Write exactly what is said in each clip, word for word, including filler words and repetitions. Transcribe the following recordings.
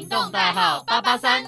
动代号八八三。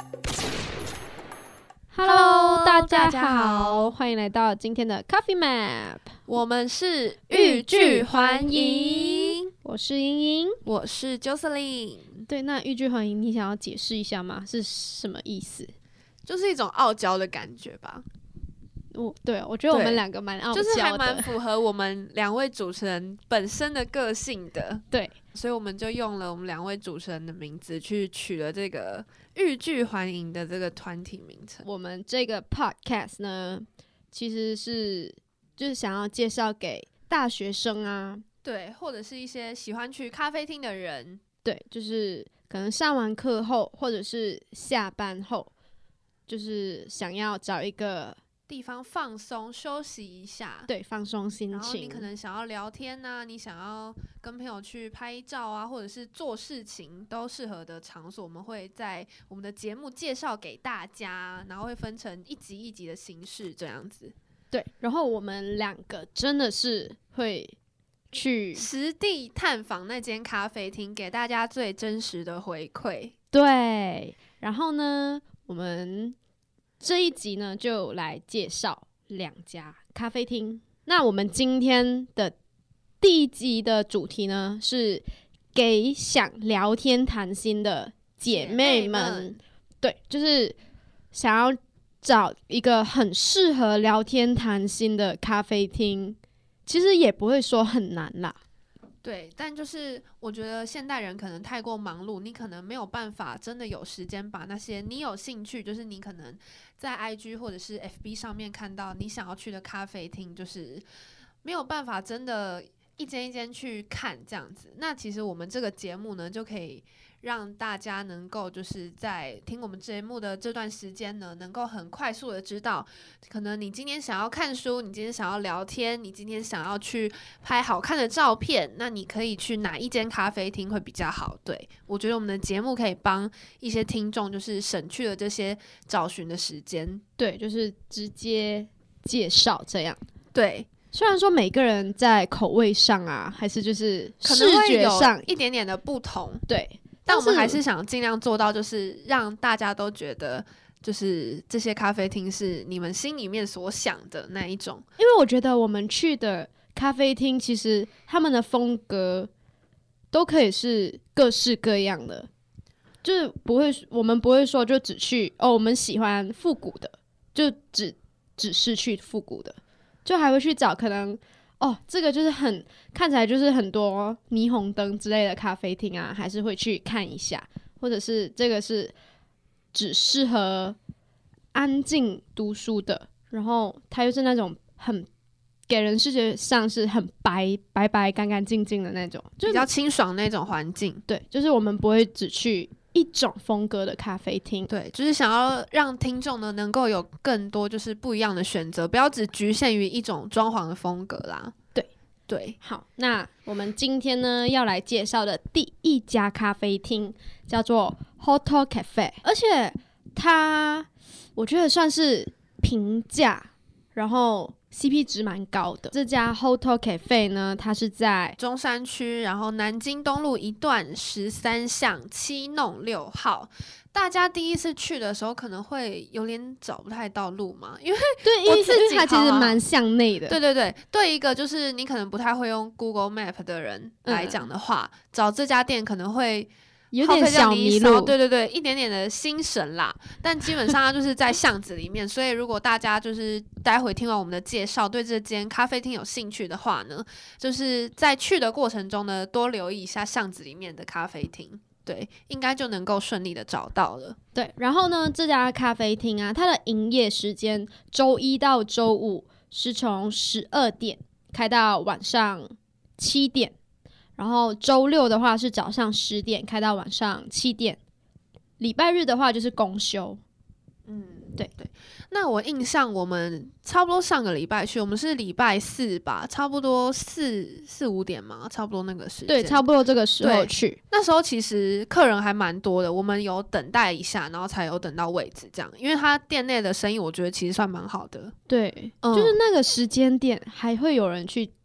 Hello， 大家好，欢迎来到今天的 Coffee Map。 我们是欲拒还迎， 我是英英， 我是 Jocelyn。 对，那欲拒还迎，你想要解释一下吗？是什么意思？ 就是一种傲娇的感觉吧。 我对我觉得我们两个蛮傲娇的， 就是还蛮符合我们两位主持人本身的个性的。 对， 所以我们就用了我们两位主持人的名字去取了这个欲拒还迎的这个团体名称。 我们这个 podcast 呢，其实是就是想要介绍给大学生啊， 对，或者是一些喜欢去咖啡厅的人， 对，就是可能上完课后或者是下班后，就是想要找一个地方放松休息一下， 对，放松心情。 然后你可能想要聊天啊，你想要跟朋友去拍照啊，或者是做事情都适合的场所，我们会在我们的节目介绍给大家，然后会分成一集一集的形式这样子。 对，然后我们两个真的是会去实地探访那间咖啡厅，给大家最真实的回馈。 对，然后呢，我们这一集呢，就来介绍两家咖啡厅。那我们今天的第一集的主题呢，是给想聊天谈心的姐妹们。姐妹们对，就是想要找一个很适合聊天谈心的咖啡厅，其实也不会说很难啦。 对，但就是我觉得现代人可能太过忙碌，你可能没有办法真的有时间把那些你有兴趣，就是你可能在 I G 或者是 F B 上面看到你想要去的咖啡厅，就是没有办法真的一间一间去看这样子。那其实我们这个节目呢，就可以让大家能够就是在听我们节目的这段时间呢，能够很快速的知道，可能你今天想要看书，你今天想要聊天，你今天想要去拍好看的照片，那你可以去哪一间咖啡厅会比较好。对，我觉得我们的节目可以帮一些听众就是省去了这些找寻的时间。 对，就是直接介绍这样。 对， 虽然说每个人在口味上啊，还是就是视可能会觉上有一点点的不同， 对， 但我们还是想尽量做到，就是让大家都觉得，就是这些咖啡厅是你们心里面所想的那一种。 因为我觉得我们去的咖啡厅，其实他们的风格都可以是各式各样的，就是不会，我们不会说就只去哦，我们喜欢复古的，就只只是去复古的，就还会去找可能。哦，这个就是很看起来就是很多霓虹灯之类的咖啡厅啊，还是会去看一下，或者是这个是只适合安静读书的，然后它又是那种很给人视觉上是很白白白干干净净的那种，就比较清爽那种环境。 对，就是我们不会只去一种风格的咖啡厅， 对，就是想要让听众呢能够有更多就是不一样的选择，不要只局限于一种装潢的风格啦。 对对， 好，那我们今天呢要来介绍的第一家咖啡厅叫做 Hotel Cafe， 而且它我觉得算是平价，然后 C P 值蛮高的。这家 Hotel Cafe 呢，它是在中山区，然后南京东路一段十三巷七弄六号。大家第一次去的时候可能会有点找不太到路嘛，因为对，因为我自己它其实蛮向内的。 对对对，对一个就是你可能不太会用 Google Map 的人来讲的话，嗯、找这家店可能会有点小迷路， 对对对，一点点的心神啦。但基本上它就是在巷子里面，所以如果大家就是待会听完我们的介绍，对这间咖啡厅有兴趣的话呢，就是在去的过程中呢，多留意一下巷子里面的咖啡厅。对，应该就能够顺利的找到了。 对，然后呢，这家咖啡厅啊，它的营业时间周一到周五是从十二点开到晚上七点，然后周六的话是早上十点开到晚上七点，礼拜日的话就是公休。 嗯， 对对。那我印象我们差不多上个礼拜去，我们是礼拜四吧，差不多四四五点嘛，差不多那个时间。 对，差不多这个时候去。 那时候其实客人还蛮多的，我们有等待一下，然后才有等到位置这样。因为他店内的生意，我觉得其实算蛮好的。 对，嗯、就是那个时间点还会有人去。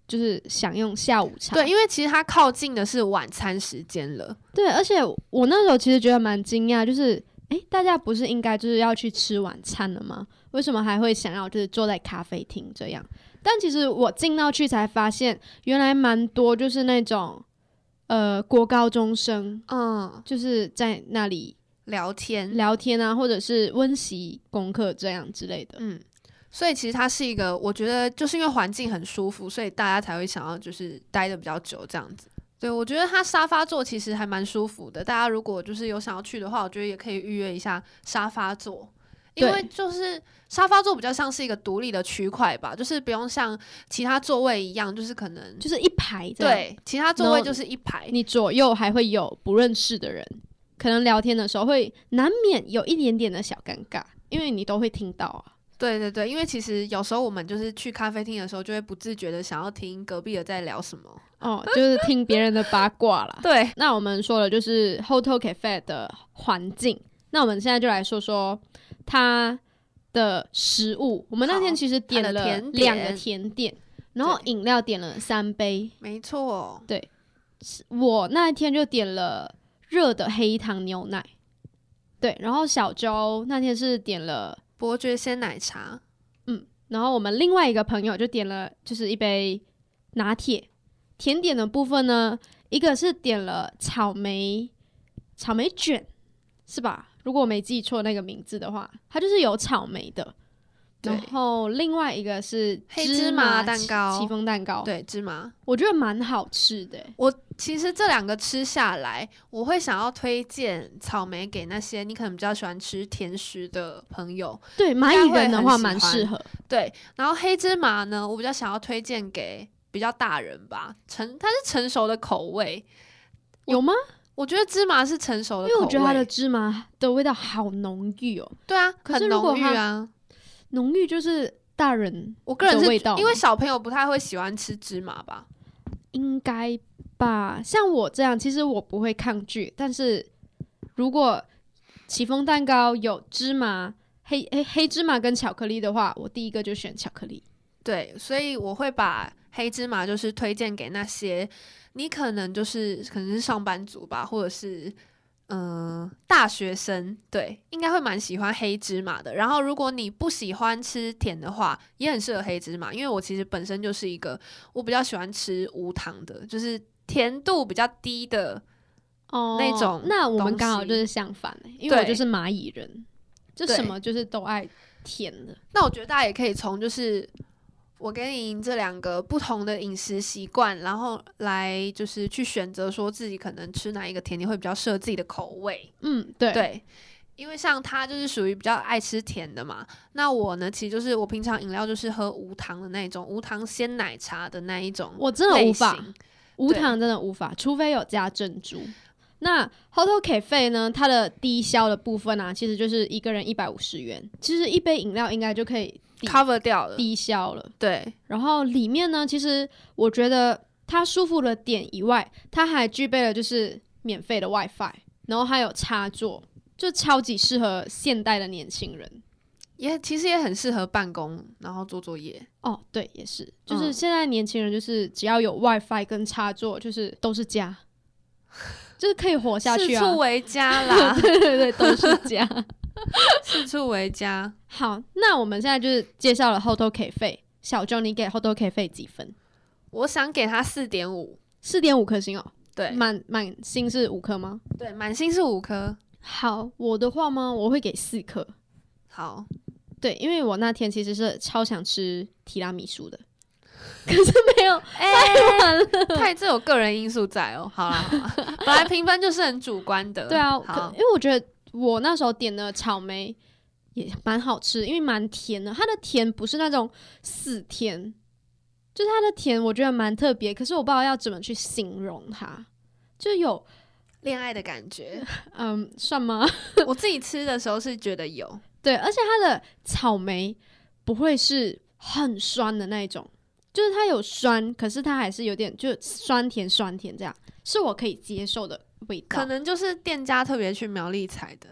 就是享用下午茶。 对，因为其实它靠近的是晚餐时间了。 对，而且我那时候其实觉得蛮惊讶，就是诶，大家不是应该就是要去吃晚餐了吗？为什么还会想要就是坐在咖啡厅这样？但其实我进到去才发现，原来蛮多就是那种呃国高中生， 嗯， 就是在那里聊天聊天啊，或者是温习功课这样之类的。 嗯，所以其实它是一个，我觉得就是因为环境很舒服，所以大家才会想要就是待的比较久这样子。对，我觉得它沙发座其实还蛮舒服的，大家如果就是有想要去的话，我觉得也可以预约一下沙发座。因为就是沙发座比较像是一个独立的区块吧，就是不用像其他座位一样，就是可能就是一排这样。 对，其他座位就是一排， 你左右还会有不认识的人，可能聊天的时候会难免有一点点的小尴尬，因为你都会听到啊。 对对对，因为其实有时候我们就是去咖啡厅的时候，就会不自觉的想要听隔壁的在聊什么。 哦，就是听别人的八卦啦。 对， 那我们说了就是 Hotel Cafe 的环境，那我们现在就来说说它的食物。我们那天其实点了两个甜点，然后饮料点了三杯。 没错， 对，我那一天就点了热的黑糖牛奶。对，然后小周那天是点了伯爵鲜奶茶。 嗯，然后我们另外一个朋友就点了就是一杯拿铁。甜点的部分呢，一个是点了草莓草莓卷，是吧？如果我没记错那个名字的话，它就是有草莓的。然后另外一个是黑芝麻蛋糕， 戚风蛋糕， 对，芝麻， 我觉得蛮好吃的。 我其实这两个吃下来，我会想要推荐草莓给那些你可能比较喜欢吃甜食的朋友。 对，蚂蚁人的话蛮适合。 对，然后黑芝麻呢，我比较想要推荐给比较大人吧，成它是成熟的口味， 有吗？ 我觉得芝麻是成熟的口味， 因为我觉得它的芝麻的味道好浓郁哦。 对啊，很浓郁啊， 浓郁就是大人我个人是的味道， 因为小朋友不太会喜欢吃芝麻吧？ 应该吧。像我这样，其实我不会抗拒，但是如果戚风蛋糕有芝麻、黑黑黑芝麻跟巧克力的话，我第一个就选巧克力。 对，所以我会把黑芝麻就是推荐给那些你可能就是可能是上班族吧，或者是嗯、呃、大学生，对，应该会蛮喜欢黑芝麻的。然后如果你不喜欢吃甜的话，也很适合黑芝麻，因为我其实本身就是一个我比较喜欢吃无糖的，就是甜度比较低的那种、哦。 那我们刚好就是相反、欸、因为我就是蚂蚁人，就什么就是都爱甜的。 那我觉得大家也可以从就是我给你这两个不同的饮食习惯，然后来就是去选择说自己可能吃哪一个甜点会比较适合自己的口味。 嗯，对对，因为像他就是属于比较爱吃甜的嘛，那我呢其实就是我平常饮料就是喝无糖的那一种，无糖鲜奶茶的那一种， 我真的无法，无糖真的无法，除非有加珍珠。那 Hotel Cafe 呢，它的低消的部分啊，其实就是一个人一百五十元，其实一杯饮料应该就可以 cover 掉了， 低消了。 对， 然后里面呢，其实我觉得它舒服的点以外，它还具备了就是免费的 WiFi， 然后还有插座，就超级适合现代的年轻人， 也其实也很适合办公，然后做作业。 哦，对，也是，就是现在年轻人就是只要有 WiFi 跟插座，就是都是家，就是可以活下去啊， 四处为家啦， 对对对，都是家。 四处为家。 好，那我们现在就是介绍了 Hotel Cafe， 小周你给 Hotel Cafe 几分？ 我想给他四点五， 四点五颗星哦。 对， 满满星是五颗吗？ 对，满星是五颗。 好，我的话吗？我会给四颗。 好， 对，因为我那天其实是超想吃提拉米苏的，可是没有卖完了。 太这有个人因素在哦。好啦好啦，本来评分就是很主观的。 对啊，因为我觉得我那时候点的草莓也蛮好吃，因为蛮甜的。它的甜不是那种死甜，就是它的甜我觉得蛮特别，可是我不知道要怎么去形容它，就有恋爱的感觉。 嗯，算吗？ 我自己吃的时候是觉得有。 对，而且它的草莓不会是很酸的那种，就是它有酸，可是它还是有点就酸甜酸甜这样，是我可以接受的味道。 可能就是店家特别去苗栗采的。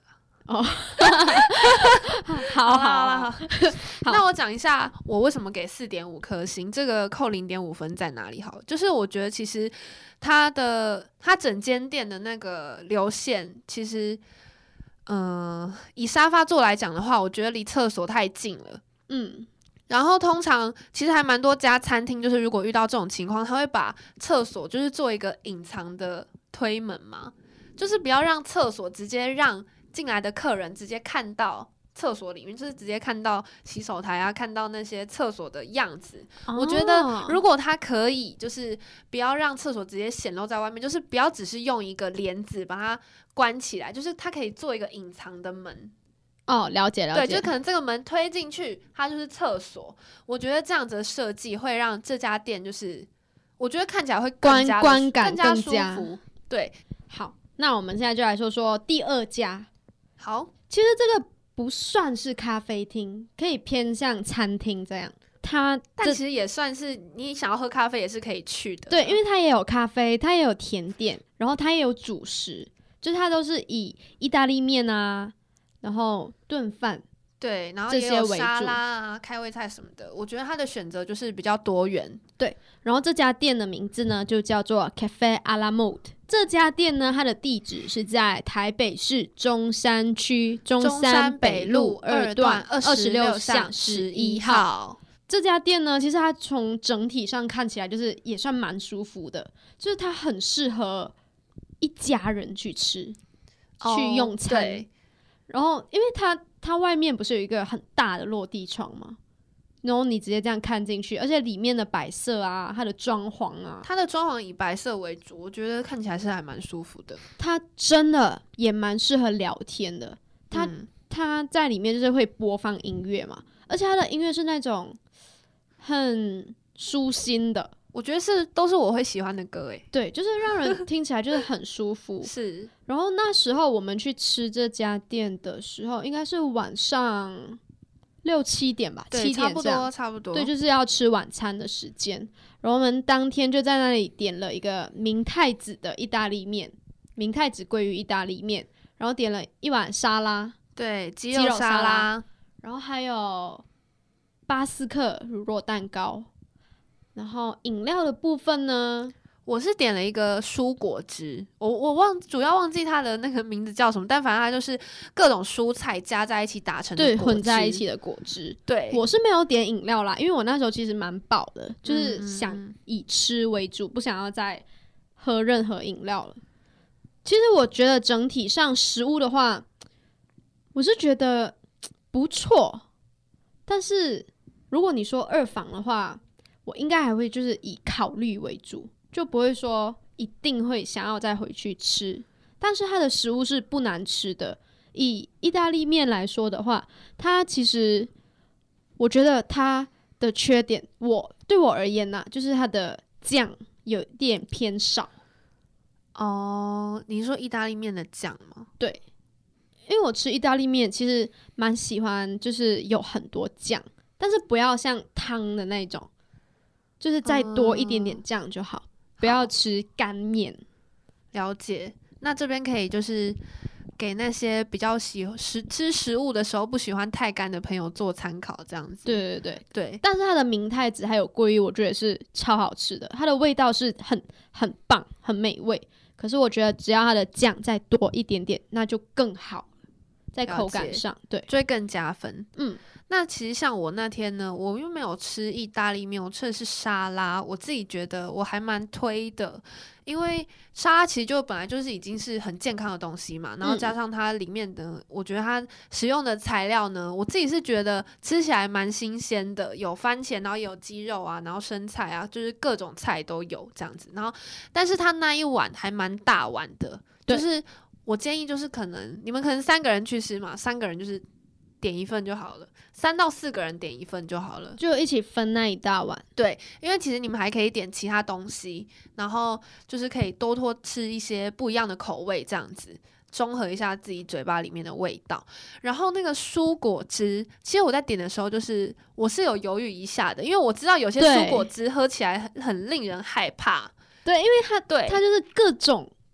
哦，好好好好， 那我讲一下我为什么给四点五颗星，这个扣零点五分在哪里？好，就是我觉得其实它的它整间店的那个流线，其实，嗯、呃，以沙发座来讲的话，我觉得离厕所太近了，嗯。然后通常其实还蛮多家餐厅，就是如果遇到这种情况，他会把厕所就是做一个隐藏的推门嘛，就是不要让厕所直接让进来的客人直接看到厕所里面，就是直接看到洗手台啊，看到那些厕所的样子。哦、我觉得如果他可以，就是不要让厕所直接显露在外面，就是不要只是用一个帘子把它关起来，就是它可以做一个隐藏的门。 哦，了解了解， 对，就可能这个门推进去，它就是厕所。我觉得这样子的设计会让这家店就是，我觉得看起来会更加观感更加舒服。对， 好，那我们现在就来说说第二家。 好， 其实这个不算是咖啡厅，可以偏向餐厅这样。它但其实也算是你想要喝咖啡也是可以去的。 对，因为它也有咖啡，它也有甜点，然后它也有主食，就是它都是以意大利面啊。然后炖饭， 对，然后也有沙拉啊、开胃菜什么的。我觉得它的选择就是比较多元。 对，然后这家店的名字呢就叫做 Cafe à la Mode。这家店呢，它的地址是在台北市中山区中山北路二段二十六巷十一号。这家店呢，其实它从整体上看起来就是也算蛮舒服的，就是它很适合一家人去吃、哦、去用餐。对。然后，因为它它外面不是有一个很大的落地窗吗？然后你直接这样看进去，而且里面的摆设啊，它的装潢啊， 它的装潢以白色为主，我觉得看起来是还蛮舒服的。 它真的也蛮适合聊天的。它、嗯、它在里面就是会播放音乐嘛，而且它的音乐是那种很舒心的。 我觉得是都是我会喜欢的歌诶， 对，就是让人听起来就是很舒服。 是， 然后那时候我们去吃这家店的时候，应该是晚上六七点吧，七点这样， 差不多差不多。 对，就是要吃晚餐的时间。然后我们当天就在那里点了一个明太子的意大利面，明太子鲑鱼意大利面，然后点了一碗沙拉， 对，鸡肉沙拉， 然后还有巴斯克乳酪蛋糕。然后饮料的部分呢， 我是点了一个蔬果汁，我我忘主要忘记它的那个名字叫什么，但反正它就是各种蔬菜加在一起打成的果汁， 对，混在一起的果汁。 对， 我是没有点饮料啦，因为我那时候其实蛮饱的，就是想以吃为主，不想要再喝任何饮料了。其实我觉得整体上食物的话，我是觉得不错，但是如果你说二访的话，我应该还会就是以考虑为主，就不会说一定会想要再回去吃。但是它的食物是不难吃的。以意大利面来说的话，它其实我觉得它的缺点，我对我而言呢、啊，就是它的酱有点偏少。 哦，你说意大利面的酱吗？ 对，因为我吃意大利面其实蛮喜欢，就是有很多酱，但是不要像汤的那种。就是再多一点点酱就好，嗯、不要吃干面。 了解，那这边可以就是给那些比较喜食吃食物的时候不喜欢太干的朋友做参考，这样子。 对对对对。 但是它的明太子还有鲑鱼，我觉得是超好吃的，它的味道是很很棒，很美味。可是我觉得只要它的酱再多一点点，那就更好，在口感上对， 就会更加分。 嗯。 那其实像我那天呢，我又没有吃意大利面，我吃的是沙拉。我自己觉得我还蛮推的，因为沙拉其实就本来就是已经是很健康的东西嘛，然后加上它里面的，嗯、我觉得它使用的材料呢，我自己是觉得吃起来蛮新鲜的，有番茄，然后也有鸡肉啊，然后生菜啊，就是各种菜都有这样子。然后，但是它那一碗还蛮大碗的，就是我建议就是可能你们可能三个人去吃嘛，三个人就是点一份就好了。三到四个人点一份就好了， 就一起分那一大碗。 对，因为其实你们还可以点其他东西，然后就是可以多多吃一些不一样的口味，这样子中和一下自己嘴巴里面的味道。然后那个蔬果汁，其实我在点的时候，就是我是有犹豫一下的，因为我知道有些蔬果汁喝起来很很令人害怕。 对，因为它对它就是各种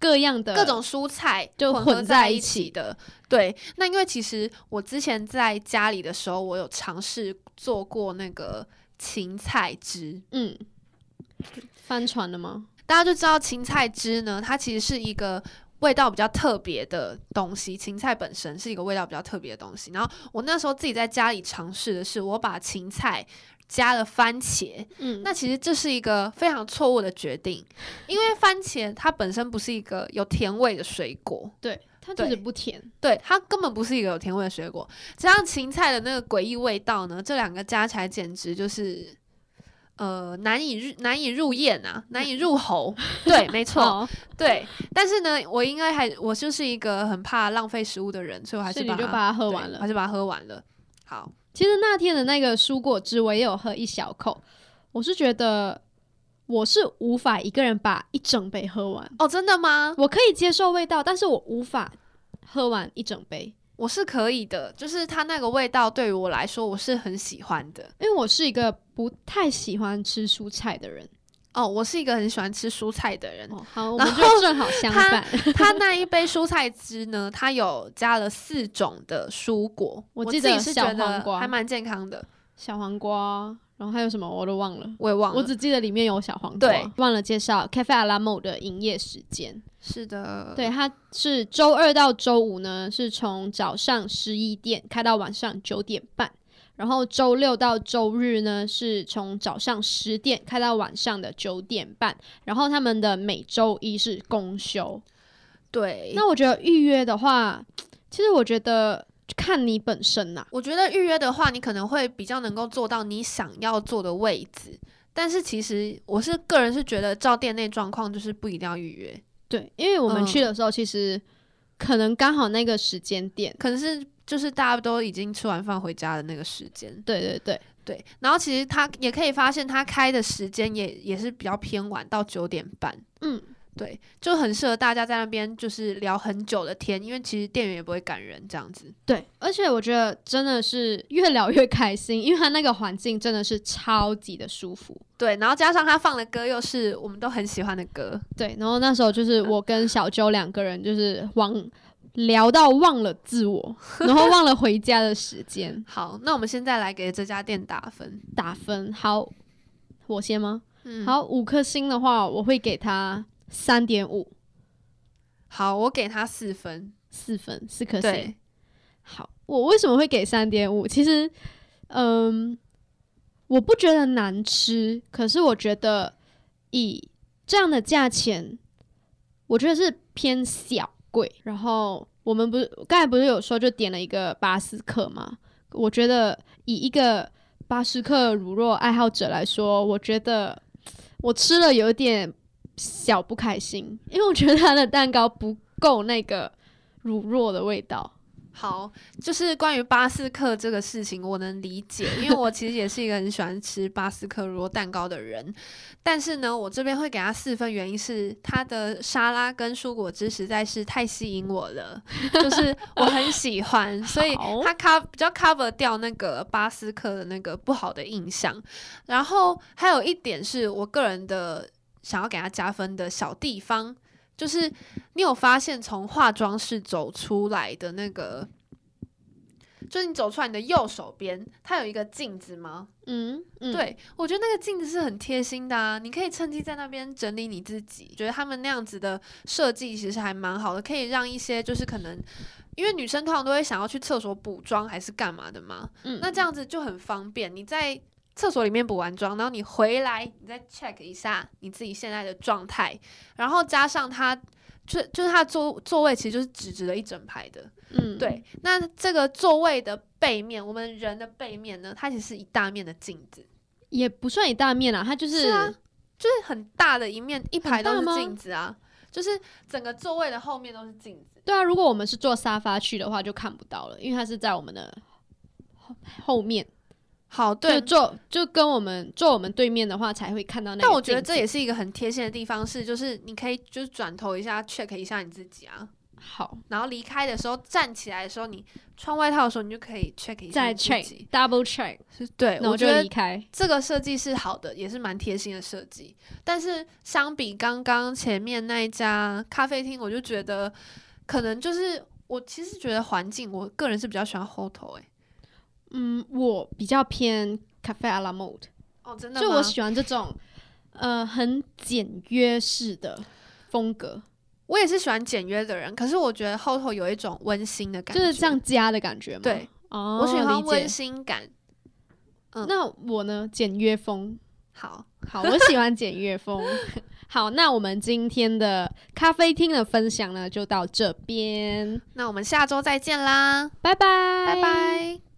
各样的各种蔬菜就混合混在一一起的。对，那因为其实我之前在家里的时候，我有尝试做过那个芹菜汁。 嗯，翻船了吗？ 大家就知道芹菜汁呢，它其实是一个味道比较特别的东西，芹菜本身是一个味道比较特别的东西。然后我那时候自己在家里尝试的是，我把芹菜加了番茄， 嗯， 那其实这是一个非常错误的决定，因为番茄它本身不是一个有甜味的水果， 对，它就是不甜， 对，它根本不是一个有甜味的水果，加上芹菜的那个诡异味道呢，这两个加起来简直就是呃难以入难以入咽啊，难以入喉。对，没错， 哦对。但是呢，我应该还我就是一个很怕浪费食物的人，所以我还是把它所以你就把它喝完了还是把它喝完了。好， 其实那天的那个蔬果汁我也有喝一小口，我是觉得我是无法一个人把一整杯喝完。 哦，真的吗？ 我可以接受味道，但是我无法喝完一整杯。 我是可以的，就是它那个味道对于我来说我是很喜欢的， 因为我是一个不太喜欢吃蔬菜的人。 哦，我是一个很喜欢吃蔬菜的人。 哦，好，我们就正好相反。 它那一杯蔬菜汁呢，它有加了四种的蔬果， 我记得自己是觉小黄瓜得还蛮健康的。 小黄瓜，然后还有什么我都忘了， 我也忘了， 我只记得里面有小黄瓜。 对， 忘了介绍 Cafe Alamo 的营业时间。 是的， 对，它是周二到周五呢，是从早上十一点开到晚上九点半。然后周六到周日呢，是从早上十点开到晚上的九点半。然后他们的每周一是公休。 对， 那我觉得预约的话，其实我觉得看你本身呐、啊。 我觉得预约的话，你可能会比较能够坐到你想要坐的位置。但是其实我是个人是觉得，照店内状况就是不一定要预约。 对，因为我们嗯去的时候，其实可能刚好那个时间点， 可能是就是大家都已经吃完饭回家的那个时间。 对对对对，然后其实他也可以发现，他开的时间也也是比较偏晚，到九点半。 嗯， 对，就很适合大家在那边就是聊很久的天，因为其实店员也不会赶人这样子。 对，而且我觉得真的是越聊越开心，因为它那个环境真的是超级的舒服。 对，然后加上他放的歌又是我们都很喜欢的歌。 对，然后那时候就是我跟小周两个人就是忘聊到忘了自我，然后忘了回家的时间。 好，那我们现在来给这家店打分。 打分，好，我先吗？ 嗯， 好，五颗星的话，我会给他三点五， 好，我给他四分。 四分，四颗星。 对， 好，我为什么会给三点五？其实，嗯，我不觉得难吃，可是我觉得以这样的价钱，我觉得是偏小贵。然后我们不是刚才不是有说就点了一个巴斯克吗？我觉得以一个巴斯克乳酪爱好者来说，我觉得我吃了有点小不开心，因为我觉得它的蛋糕不够那个乳酪的味道。 好，就是关于巴斯克这个事情，我能理解，因为我其实也是一个很喜欢吃巴斯克乳酪蛋糕的人。但是呢，我这边会给他四分，原因是它的沙拉跟蔬果汁实在是太吸引我了，就是我很喜欢，所以它 cover 比较 cover 掉那个巴斯克的那个不好的印象。然后还有一点是我个人的想要给他加分的小地方。就是你有发现从化妆室走出来的那个，就是你走出来你的右手边，它有一个镜子吗？ 嗯嗯， 对，我觉得那个镜子是很贴心的啊，你可以趁机在那边整理你自己。觉得他们那样子的设计其实还蛮好的，可以让一些就是可能因为女生通常都会想要去厕所补妆还是干嘛的嘛， 嗯， 那这样子就很方便。你在厕所里面补完妆，然后你回来，你再 check 一下你自己现在的状态，然后加上它就就是它的座座位其实就是直直的一整排的， 嗯， 对。那这个座位的背面，我们人的背面呢，它其实是一大面的镜子， 也不算一大面啦，它就是是啊，就是很大的一面，一排都是很大吗镜子啊，就是整个座位的后面都是镜子。 对啊，如果我们是坐沙发去的话，就看不到了，因为它是在我们的后后面。 好，对， 就坐就跟我们坐我们对面的话，才会看到那个。 但我觉得这也是一个很贴心的地方，是就是你可以就是转头一下 check 一下你自己啊。 好， 然后离开的时候站起来的时候，你穿外套的时候，你就可以 check 一下再自己 check double check， 是对， 那我就我觉得离开。 这个设计是好的，也是蛮贴心的设计。但是相比刚刚前面那一家咖啡厅，我就觉得可能就是我其实觉得环境，我个人是比较喜欢 hotel 哎、欸。 嗯，我比较偏 cafe à la mode。 哦，真的吗？ 就我喜欢这种呃很简约式的风格。 我也是喜欢简约的人，可是我觉得 hotel 有一种温馨的感觉， 就是像家的感觉吗？ 对， 哦， 我喜欢理解温馨感。嗯， 那我呢？简约风。 好好，我喜欢简约风。好，那我们今天的咖啡厅的分享呢，就到这边。 那我们下周再见啦， 拜拜， 拜拜。